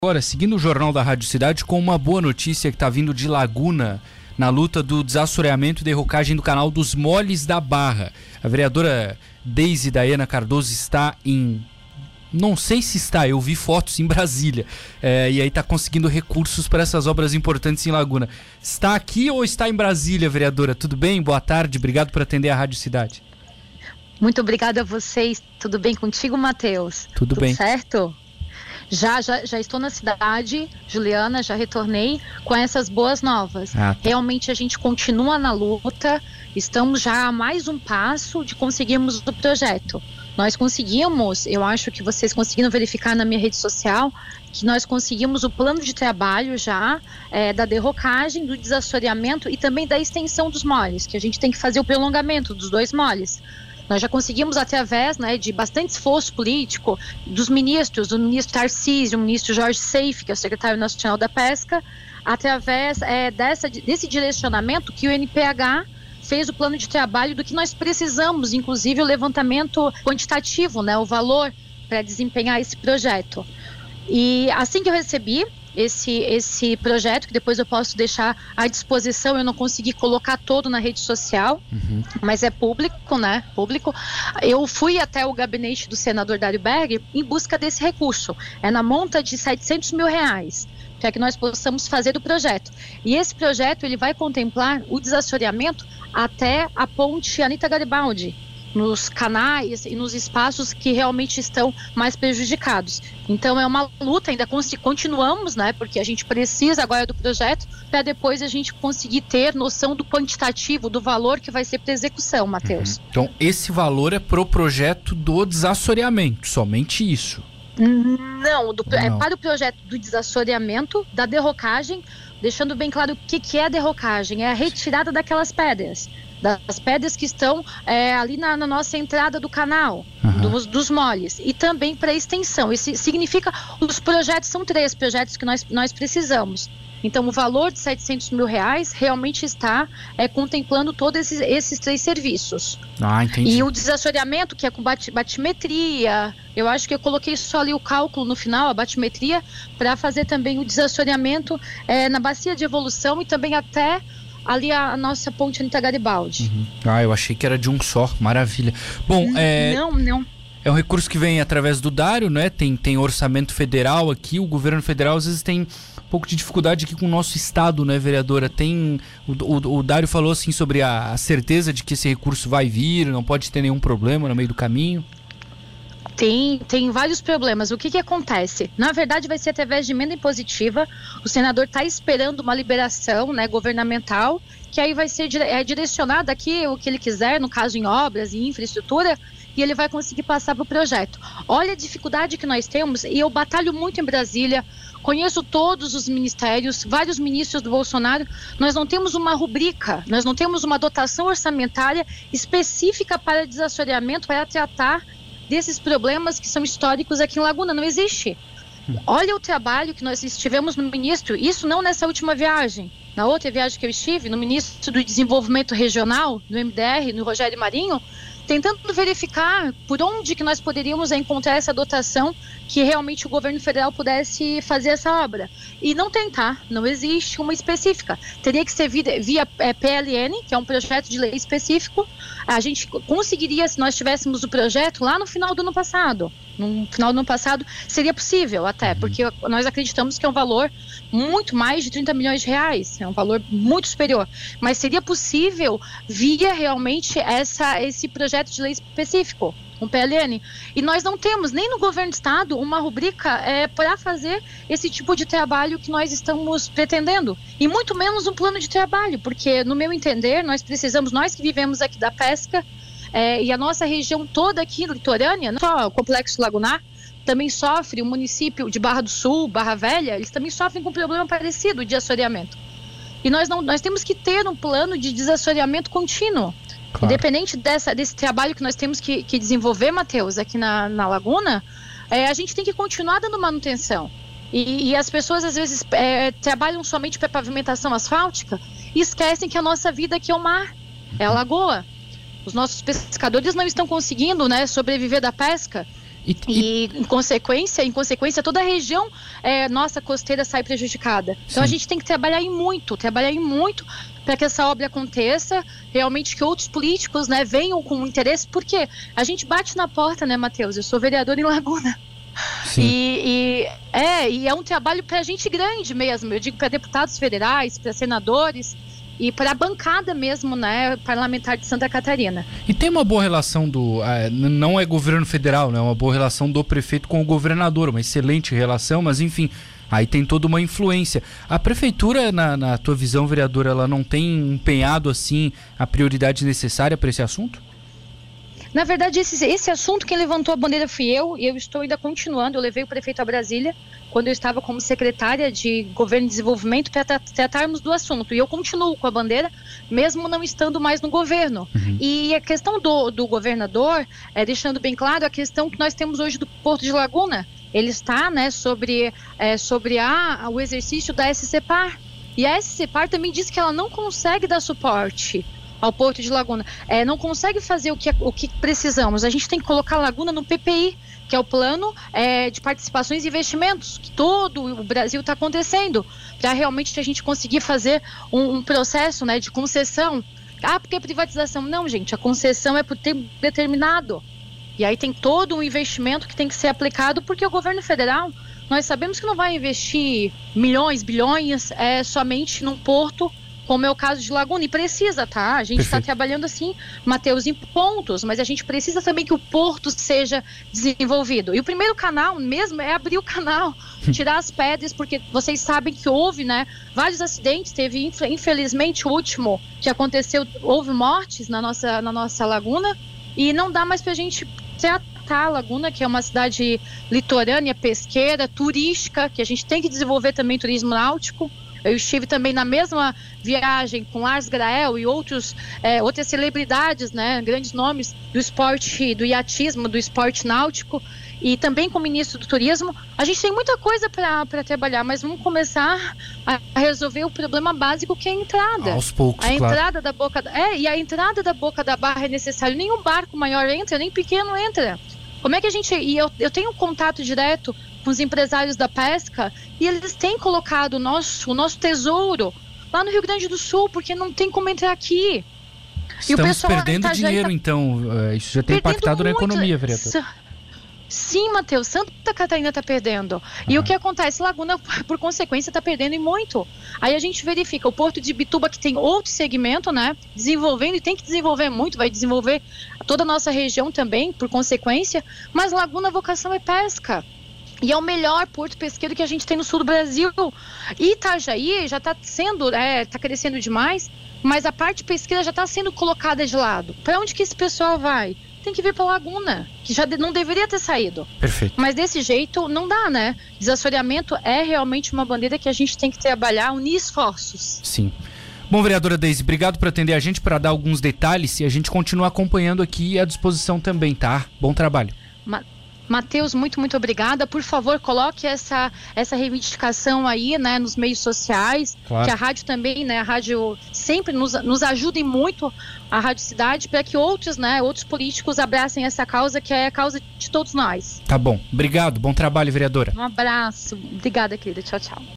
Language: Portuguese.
Agora, seguindo o Jornal da Rádio Cidade, com uma boa notícia que está vindo de Laguna, na luta do desassoreamento e derrocagem do canal dos Moles da Barra. A vereadora Deise Dayana Cardoso está em... Não sei se está, eu vi fotos em Brasília. E aí está conseguindo recursos para essas obras importantes em Laguna. Está aqui ou está em Brasília, vereadora? Tudo bem? Boa tarde, obrigado por atender a Rádio Cidade. Muito obrigada a vocês. Tudo bem contigo, Matheus? Tudo bem. Certo? Já estou na cidade, Juliana, já retornei com essas boas novas. Realmente a gente continua na luta, estamos já a mais um passo de conseguirmos o projeto. Nós conseguimos, eu acho que vocês conseguiram verificar na minha rede social, que nós conseguimos o plano de trabalho já da derrocagem, do desassoreamento e também da extensão dos moles, que a gente tem que fazer o prolongamento dos 2 moles. Nós já conseguimos, através de bastante esforço político dos ministros, do ministro Tarcísio, o ministro Jorge Seife, que é o secretário nacional da Pesca, através desse direcionamento que o NPH fez o plano de trabalho do que nós precisamos, inclusive o levantamento quantitativo, o valor para desempenhar esse projeto. E assim que eu recebi esse projeto, que depois eu posso deixar à disposição, eu não consegui colocar todo na rede social, mas é público, Público. Eu fui até o gabinete do senador Dário Berger em busca desse recurso. É na monta de R$700 mil, para que nós possamos fazer o projeto. E esse projeto, ele vai contemplar o desassoreamento até a ponte Anita Garibaldi, nos canais e nos espaços que realmente estão mais prejudicados. Então é uma luta, ainda continuamos, porque a gente precisa agora do projeto para depois a gente conseguir ter noção do quantitativo, do valor que vai ser para execução, Matheus. Então esse valor é pro projeto do desassoreamento, somente isso? Não, é para o projeto do desassoreamento, da derrocagem, deixando bem claro o que é a derrocagem, é a retirada daquelas pedras. Das pedras que estão ali na nossa entrada do canal, dos moles, e também para a extensão. Isso significa, os projetos são 3 projetos que nós precisamos. Então o valor de R$700 mil realmente está contemplando todos esses 3 serviços. Entendi. E o desassoreamento, que é com batimetria, eu acho que eu coloquei só ali o cálculo no final, a batimetria, para fazer também o desassoreamento na bacia de evolução e também até ali a nossa ponte Anita Garibaldi. Eu achei que era de um só, maravilha. Bom, Não. É um recurso que vem através do Dário, Tem orçamento federal aqui, o governo federal às vezes tem um pouco de dificuldade aqui com o nosso estado, vereadora? O Dário falou assim sobre a certeza de que esse recurso vai vir, não pode ter nenhum problema no meio do caminho. Tem vários problemas. O que acontece? Na verdade, vai ser através de emenda impositiva. O senador está esperando uma liberação governamental, que aí vai ser direcionada aqui o que ele quiser, no caso em obras e infraestrutura, e ele vai conseguir passar para o projeto. Olha a dificuldade que nós temos, e eu batalho muito em Brasília, conheço todos os ministérios, vários ministros do Bolsonaro. Nós não temos uma rubrica, nós não temos uma dotação orçamentária específica para desassoreamento, para tratar desses problemas que são históricos aqui em Laguna. Não existe. Olha o trabalho que nós estivemos no ministro, isso não nessa última viagem, na outra viagem que eu estive, no ministro do Desenvolvimento Regional, do MDR, no Rogério Marinho, tentando verificar por onde que nós poderíamos encontrar essa dotação que realmente o governo federal pudesse fazer essa obra. E não existe uma específica. Teria que ser via PLN, que é um projeto de lei específico. A gente conseguiria, se nós tivéssemos o projeto lá no final do ano passado. No final do ano passado seria possível até, porque nós acreditamos que é um valor muito mais de R$30 milhões, é um valor muito superior, mas seria possível via realmente esse projeto de lei específico, um PLN, e nós não temos nem no governo do estado uma rubrica para fazer esse tipo de trabalho que nós estamos pretendendo, e muito menos um plano de trabalho, porque no meu entender nós precisamos, nós que vivemos aqui da pesca, e a nossa região toda aqui litorânea, não só o Complexo Lagunar, também sofre, o município de Barra do Sul, Barra Velha, eles também sofrem com um problema parecido de assoreamento. E nós temos que ter um plano de desassoreamento contínuo. Claro. Independente desse trabalho que nós temos que desenvolver, Matheus, aqui na Laguna, a gente tem que continuar dando manutenção. E as pessoas às vezes trabalham somente para pavimentação asfáltica e esquecem que a nossa vida aqui é o mar, é a lagoa. Os nossos pescadores não estão conseguindo sobreviver da pesca. E em consequência, toda a região nossa costeira sai prejudicada. Então a gente tem que trabalhar em muito para que essa obra aconteça, realmente que outros políticos, né, venham com interesse, porque a gente bate na porta, né, Matheus? Eu sou vereador em Laguna. Sim. E é um trabalho para gente grande mesmo, eu digo para deputados federais, para senadores e para a bancada mesmo, né, parlamentar de Santa Catarina. E tem uma boa relação não é governo federal, né, uma boa relação do prefeito com o governador, uma excelente relação, mas enfim, aí tem toda uma influência. A prefeitura, na tua visão, vereadora, ela não tem empenhado assim a prioridade necessária para esse assunto? Na verdade, esse assunto, quem levantou a bandeira fui eu, e eu estou ainda continuando. Eu levei o prefeito a Brasília, quando eu estava como secretária de Governo e Desenvolvimento, para tratarmos do assunto. E eu continuo com a bandeira, mesmo não estando mais no governo. Uhum. E a questão do governador, deixando bem claro, a questão que nós temos hoje do Porto de Laguna, ele está, né, sobre o exercício da SCPAR. E a SCPAR também diz que ela não consegue dar suporte ao Porto de Laguna, não consegue fazer o que precisamos. A gente tem que colocar a Laguna no PPI, que é o Plano de Participações e Investimentos, que todo o Brasil está acontecendo, para realmente a gente conseguir fazer um processo, né, de concessão. Porque a privatização? Não, gente, a concessão é por tempo determinado. E aí tem todo um investimento que tem que ser aplicado, porque o governo federal, nós sabemos que não vai investir milhões, bilhões, somente num porto, como é o caso de Laguna, e precisa, tá? A gente está trabalhando assim, Matheus, em pontos, mas a gente precisa também que o porto seja desenvolvido. E o primeiro canal mesmo é abrir o canal, tirar as pedras, porque vocês sabem que houve, né, vários acidentes, teve infelizmente o último que aconteceu, houve mortes na nossa Laguna, e não dá mais pra gente tratar a Laguna, que é uma cidade litorânea, pesqueira, turística, que a gente tem que desenvolver também turismo náutico. Eu estive também na mesma viagem com Lars Grael e outras celebridades, né, grandes nomes do esporte, do iatismo, do esporte náutico, e também com o ministro do turismo. A gente tem muita coisa para trabalhar, mas vamos começar a resolver o problema básico, que é a entrada. Aos poucos, a entrada da boca e a entrada da boca da barra é necessário. Nenhum barco maior entra, nem pequeno entra. Como é que a gente... E eu tenho um contato direto com os empresários da pesca, e eles têm colocado o nosso tesouro lá no Rio Grande do Sul, porque não tem como entrar aqui. Estamos e o pessoal perdendo dinheiro, então. Isso já tem impactado na economia, vereador. Sim, Matheus, Santa Catarina está perdendo. E o que acontece? Laguna, por consequência, está perdendo e muito. Aí a gente verifica o Porto de Bituba, que tem outro segmento, né, desenvolvendo, e tem que desenvolver muito, vai desenvolver toda a nossa região também, por consequência, mas Laguna, a vocação é pesca. E é o melhor porto pesqueiro que a gente tem no sul do Brasil. E Itajaí já está está crescendo demais, mas a parte pesqueira já está sendo colocada de lado. Para onde que esse pessoal vai? Tem que vir para Laguna, que já não deveria ter saído. Perfeito. Mas desse jeito não dá, né? Desassoreamento é realmente uma bandeira que a gente tem que trabalhar, unir esforços. Sim. Bom, vereadora Deise, obrigado por atender a gente, para dar alguns detalhes, e a gente continua acompanhando aqui à disposição também, tá? Bom trabalho. Matheus, muito obrigada. Por favor, coloque essa reivindicação aí, né, nos meios sociais, claro. Que a rádio também, né, a rádio sempre nos ajude muito, a Rádio Cidade, para que outros políticos abracem essa causa, que é a causa de todos nós. Tá bom. Obrigado. Bom trabalho, vereadora. Um abraço. Obrigada, querida. Tchau, tchau.